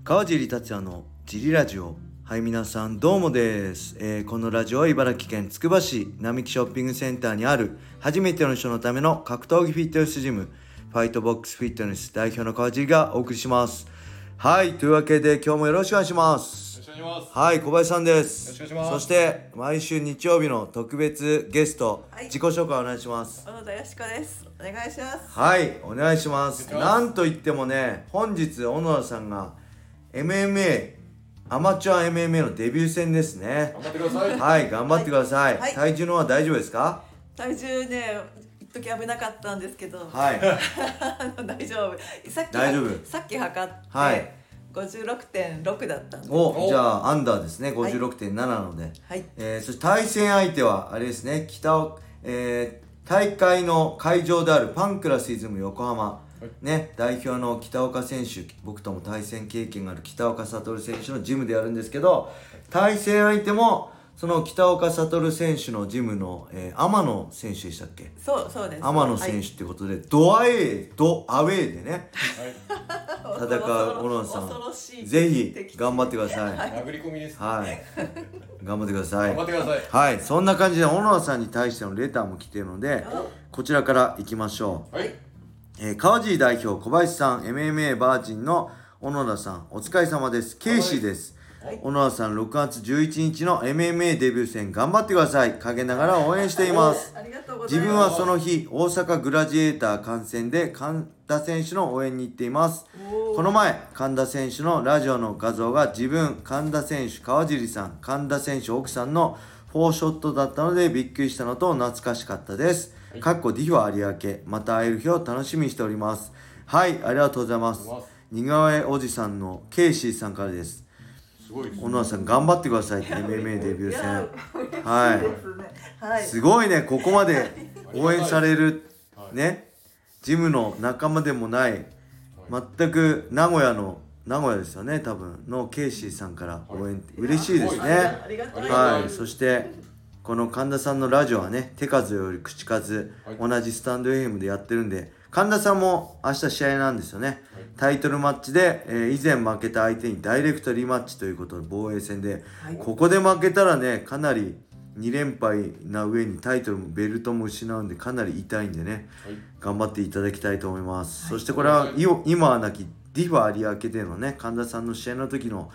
川尻達也のジリラジオ。はい、皆さんどうもです。このラジオは茨城県つくば市並木ショッピングセンターにある初めての人のための格闘技フィットネスジムファイトボックスフィットネス代表の川尻がお送りします。はい、というわけで今日もよろしくお願いします。 よろしくお願いします。 はい、小林さんです。 よろしくお願いします。 そして毎週日曜日の特別ゲスト、 はい、 自己紹介お願いします。 小野田よしこです。お願いします。 はい、お願いします。なんといってもね、本日小野田さんが MMA アマチュア MMA のデビュー戦ですね。 頑張ってください。 はい、頑張ってください。 はい、 体重のは大丈夫ですか？ 体重ね、一時危なかったんですけど、 はい。 大丈夫。 大丈夫。 さっき測って、 はい、 56.6 だったんで。 じゃあアンダーですね。56.7 なので。 はい。 そして対戦相手はあれですね。大会の会場であるパンクラスイズム横浜。ね、代表の北岡選手、僕とも対戦経験がある北岡悟選手のジムでやるんですけど、対戦相手もその北岡悟選手のジムの、天野選手でしたっけ？ そうです。 天野選手ってことで、ドアウェイでね、戦う小野さん、ぜひ頑張ってください。 殴り込みです。 はい、頑張ってください。 頑張ってください。 はい、そんな感じで小野さんに対してのレターも来ているので、こちらからいきましょう。 はい。 川尻代表小林さん、 MMA バージンの小野田さん、お疲れ様です。ケイシーです。小野田さん、6月11日の MMA デビュー戦頑張ってください。陰ながら応援しています。 ありがとうございます。 自分はその日大阪グラジエーター観戦で神田選手の応援に行っています。この前神田選手のラジオの画像が自分、神田選手、川尻さん、神田選手奥さんの4ショットだったのでびっくりしたのと懐かしかったです。かっこディファ有明、また会える日を楽しみにしております。はい、ありがとうございます。似顔絵おじさんのケイシーさんからです。 すごいですね。 小野さん頑張ってください。MMA デビュー戦。 はい。 すごいね、ここまで応援されるね、ジムの仲間でもない全く名古屋ですよね、多分のケイシーさんから応援、嬉しいですね。はい、そしてこの神田さんのラジオはね、手数より口数、同じスタンド FM でやってるんで、神田さんも明日試合なんですよね。タイトルマッチで、以前負けた相手にダイレクトリマッチということで防衛戦で、ここで負けたらね、かなり2連敗な上にタイトルもベルトも失うんで、かなり痛いんでね、頑張っていただきたいと思います。そしてこれは今はなきディファ有明でのね、神田さんの試合の時の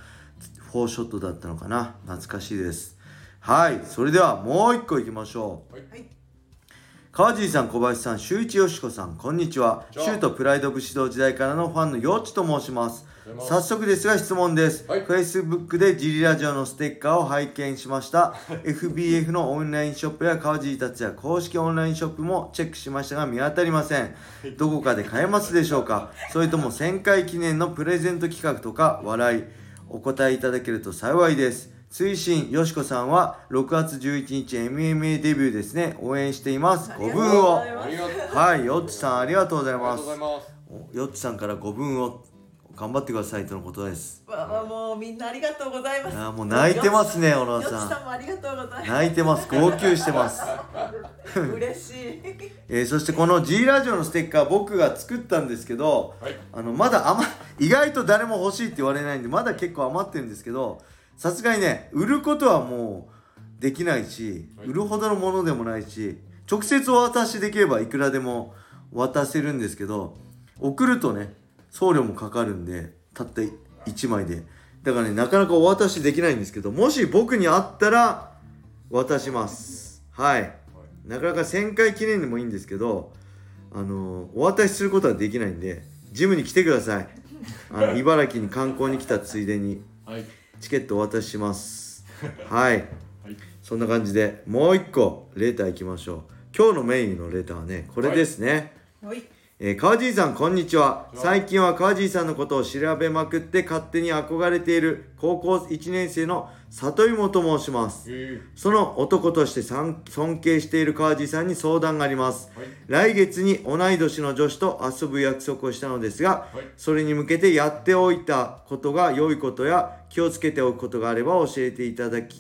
4ショットだったのかな。懐かしいです。はい、それではもう一個いきましょう。川尻さん、小林さん、周一よしこさん、こんにちは。シュートプライド武士道時代からのファンのよっちと申します。早速ですが質問です。Facebook でジリラジオのステッカーを拝見しました。FBF のオンラインショップや川尻達也公式オンラインショップもチェックしましたが見当たりません。どこかで買えますでしょうか？それとも1000回記念のプレゼント企画とか笑い、お答えいただけると幸いです。追伸よしこさんは6月11日 MMA デビューですね。応援しています。ご分を。はい、よっちさんありがとうございます。よっちさんからご分を頑張ってくださいとのことです。 もうみんなありがとうございます。 もう泣いてますね、小野さん。 よっちさんもありがとうございます。 泣いてます。号泣してます。 嬉しい。 そしてこの G ラジオのステッカー僕が作ったんですけど、まだ意外と誰も欲しいって言われないんでまだ結構余ってるんですけど、さすがにね、売ることはもうできないし、売るほどのものでもないし、直接お渡しできればいくらでも渡せるんですけど、送るとね送料もかかるんで、たった1枚でだからね、なかなかお渡しできないんですけど、もし僕にあったら渡します。はい、なかなか1000回記念でもいいんですけど、お渡しすることはできないんで、ジムに来てください。茨城に観光に来たついでにチケットお渡しします。はい、そんな感じでもう一個レターいきましょう。今日のメインのレターはね、これですね。川尻さんこんにちは。最近は川尻さんのことを調べまくって勝手に憧れている高校1年生の里芋と申します。その男として尊敬している川尻さんに相談があります。来月に同い年の女子と遊ぶ約束をしたのですが、それに向けてやっておいたことが良いことや気をつけておくことがあれば教えていただき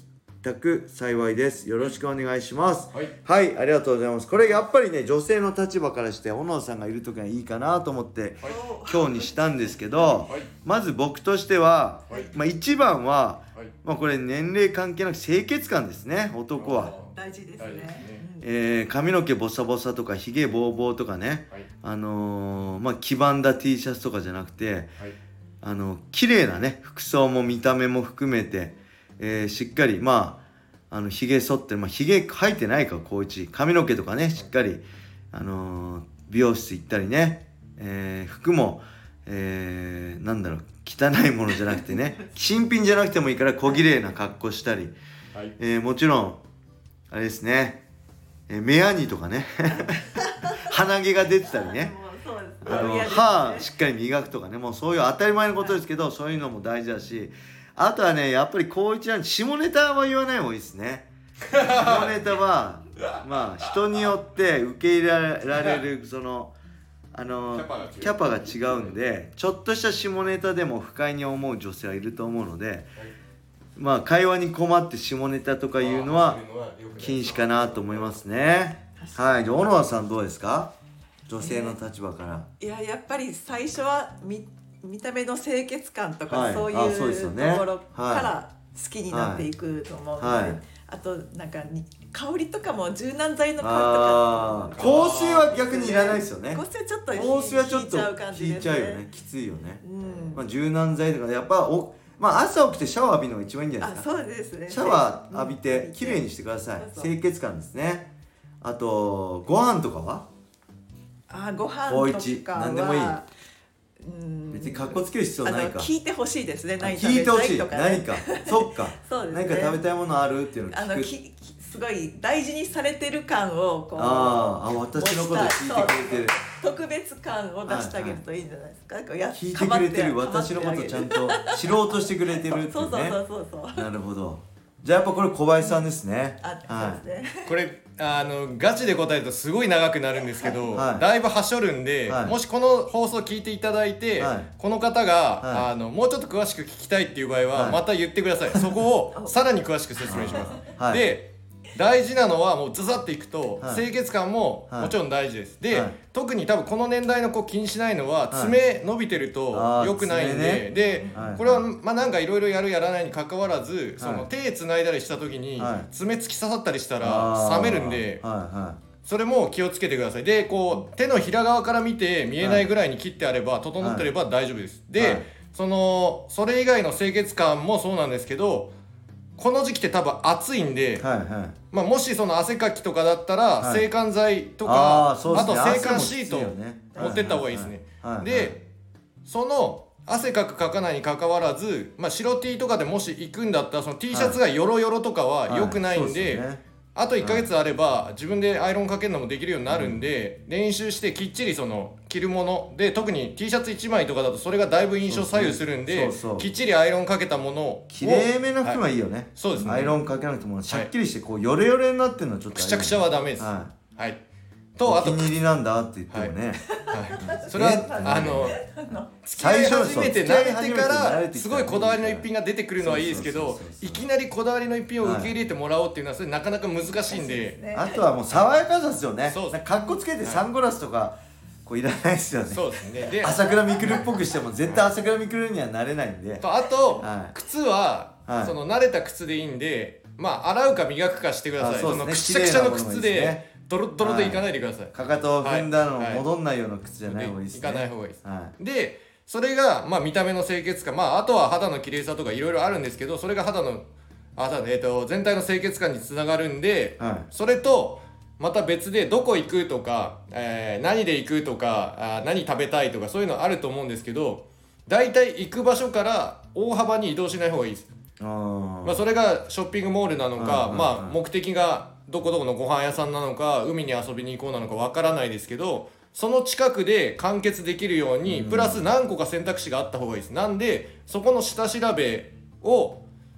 く幸いです。よろしくお願いします。 はい、 はい、ありがとうございます。これやっぱりね、女性の立場からして小野さんがいる時はいいかなと思って、 はい、 今日にしたんですけど、 はい、 まず僕としては、 はい、 一番は、 はい、 これ年齢関係なく清潔感ですね。男は大事ですね。 髪の毛ボサボサとかひげボーボーとかね、 はい、 黄ばんだ T シャツとかじゃなくて、 はい、 綺麗なね服装も見た目も含めて、しっかりひげ剃って、ひげ生えてないか高一髪の毛とかねしっかり、美容室行ったりね、服も、なんだろう汚いものじゃなくてね新品じゃなくてもいいから小綺麗な格好したり、 はい、 もちろんあれですね、目やにとかね鼻毛が出てたりね歯しっかり磨くとかね、もうそういう当たり前のことですけど、そういうのも大事だし、あとはねやっぱり高一なんで下ネタは言わない方がいいですね。下ネタは人によって受け入れられるそのキャパが違うんで、ちょっとした下ネタでも不快に思う女性はいると思うので、会話に困って下ネタとかいうのは禁止かなと思いますね。はい、じゃあ小野さんどうですか、女性の立場から。 やっぱり最初は見た目の清潔感とか、そういうところから好きになっていくと思うので、あとなんか香りとかも柔軟剤の香りとか、 香水は逆にいらないですよね。 香水はちょっと引いちゃう感じですね。引いちゃうよね、きついよね。柔軟剤とかやっぱ朝起きてシャワー浴びるのが一番いいんじゃないですか。 そうですね。 シャワー浴びてきれいにしてください。清潔感ですね。あとご飯とかは？ ご飯とかは何でもいい。別に格好つける必要ないか。 聞いてほしいですね。 聞いてほしい。何か。そっか。 そうですね。 何か食べたいものあるっていうのを聞く。 すごい大事にされてる感をこう。 私のこと聞いてくれてる。 特別感を出してあげるといいんじゃないですか。 聞いてくれてる、私のことちゃんと知ろうとしてくれてるっていうね。 そう。 なるほど。じゃあやっぱこれ小林さんですね。 そうですね。 これガチで答えるとすごい長くなるんですけど、だいぶはしょるんで、もしこの放送聞いていただいて、この方が、もうちょっと詳しく聞きたいっていう場合は、また言ってください。そこをさらに詳しく説明します。で大事なのはもうザザっていくと、清潔感ももちろん大事です。で、特に多分この年代の子気にしないのは、爪伸びてると良くないんで、でこれはなんかいろいろやるやらないに関わらず、その手つないだりした時に爪突き刺さったりしたら冷めるんで、それも気をつけてください。でこう手のひら側から見て見えないぐらいに切ってあれば、整ってれば大丈夫です。でそれ以外の清潔感もそうなんですけど、この時期って多分暑いんで、もしその汗かきとかだったら制汗剤とか、あと制汗シートを持ってった方がいいですね。でその汗かくかかないにかかわらず、白 T とかでもし行くんだったら、その T シャツがヨロヨロとかは良くないんで、あと1ヶ月あれば自分でアイロンかけるのもできるようになるんで、練習してきっちりその着るもので、特に T シャツ1枚とかだとそれがだいぶ印象左右するんで、きっちりアイロンかけたものをきれいめな服がいいよね。 そうですね。 アイロンかけなくてもシャッキリしてこうヨレヨレになってるのはちょっとくしゃくしゃはダメです。とあとお気に入りなんだって言ってもね、 それは付き合い始めて慣れてからすごいこだわりの一品が出てくるのはいいですけど、いきなりこだわりの一品を受け入れてもらおうっていうのはそれなかなか難しいんで、 あとはもう爽やかさですよね。かっこつけてサングラスとかこういらないですよね。 そうですね。で朝倉未来っぽくしても絶対朝倉未来にはなれないんで。 あと靴はその慣れた靴でいいんで、洗うか磨くかしてください。そのくしゃくしゃの靴でドロドロでいかないでください。 かかとを踏んだの戻んないような靴じゃない方がいいですね。 いかない方がいいです。でそれが見た目の清潔感、あとは肌の綺麗さとかいろいろあるんですけど、それが肌の全体の清潔感につながるんで、それとまた別でどこ行くとか、何で行くとか、何食べたいとかそういうのあると思うんですけど、大体行く場所から大幅に移動しない方がいいです。それがショッピングモールなのか、目的がどこどこのご飯屋さんなのか、海に遊びに行こうなのかわからないですけど、その近くで完結できるように、プラス何個か選択肢があった方がいいです。なんでそこの下調べを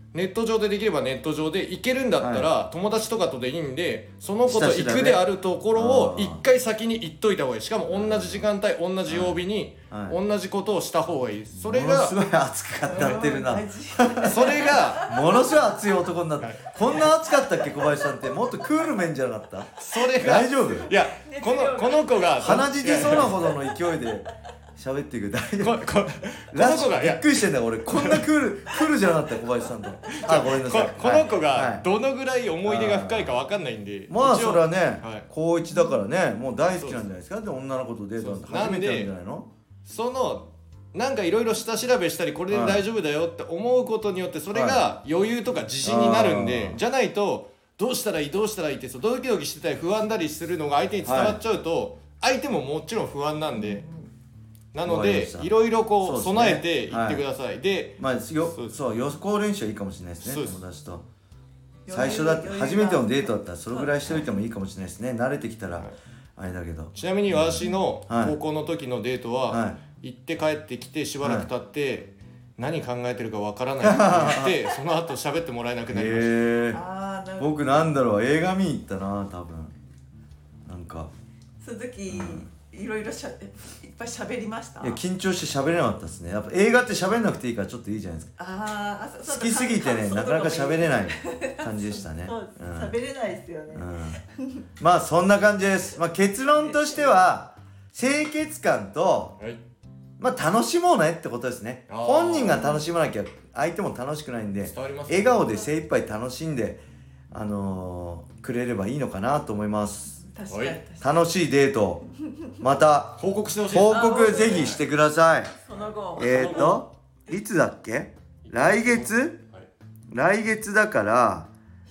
ネット上でできればネット上で行けるんだったら友達とかとでいいんで、その子と行くであるところを一回先に行っといた方がいい。しかも同じ時間帯同じ曜日に同じことをした方がいい。それがものすごい熱く語ってるなそれがものすごい熱い男になって、こんな熱かったっけ小林さんって。もっとクール面じゃなかった？ それが大丈夫？ いや、この子が鼻血出そうなほどの勢いで喋っていく。大丈夫？この子がびっくりしてんだ俺。こんなクールじゃなかった小林さんと。あ、ごめんなさい。 この子がどのぐらい思い出が深いか分かんないんで、 まあそれはね、高1だからね、もう大好きなんじゃないですか。で女の子とデートなんて初めてなんじゃないの？ そのなんかいろいろ下調べしたりこれで大丈夫だよって思うことによってそれが余裕とか自信になるんで、じゃないとどうしたらいいってドキドキしてたり不安だりするのが相手に伝わっちゃうと、相手ももちろん不安なんで、なのでいろいろこう備えていってください。で、 まあそう予行練習はいいかもしれないですね。友達と最初だって初めてのデートだったらそれぐらいしておいてもいいかもしれないですね。慣れてきたらあれだけど。 ちなみに私の高校の時のデートは行って帰ってきてしばらく経って何考えてるかわからないって言ってその後喋ってもらえなくなりました。 僕なんだろう、映画見に行ったな多分。なんかその時いろいろいっぱい喋りました。 いや緊張して喋れなかったですね。やっぱ映画って喋んなくていいからちょっといいじゃないですか。好きすぎてねなかなか喋れない感じでしたね。 喋れないですよね。 まあそんな感じです。まあ結論としては清潔感と、まあ楽しもうねってことですね。本人が楽しまなきゃ相手も楽しくないんで、笑顔で精一杯楽しんでくれればいいのかなと思います。楽しいデートまた報告してほしい。 報告ぜひしてください。いつだっけ？来月だから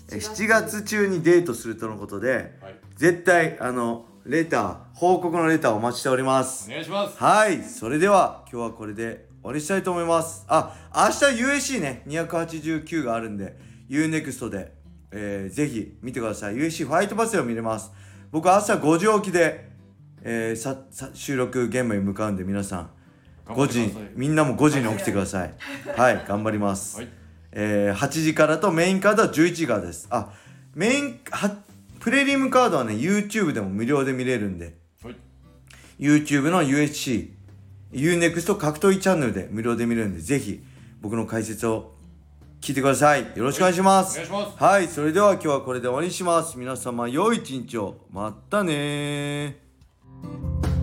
7月中にデートするとのことで、絶対レター報告のレターをお待ちしております。 お願いします。 はい、それでは今日はこれで終わりしたいと思います。明日 USC ね289があるんで UNEXT で、ぜひ見てください。 USC ファイトパスを見れます。僕朝5時起きで、収録現場に向かうんで皆さん5時みんなも5時に起きてください。はい頑張ります、8時からとメインカードは11時からです。プレリムカードはね YouTube でも無料で見れるんで、YouTube の USC UNEXT 格闘技チャンネルで無料で見れるんで、ぜひ僕の解説を聞いてください。よろしくお願いします。はい、それでは今日はこれで終わりにします。皆様良い一日を。またねー。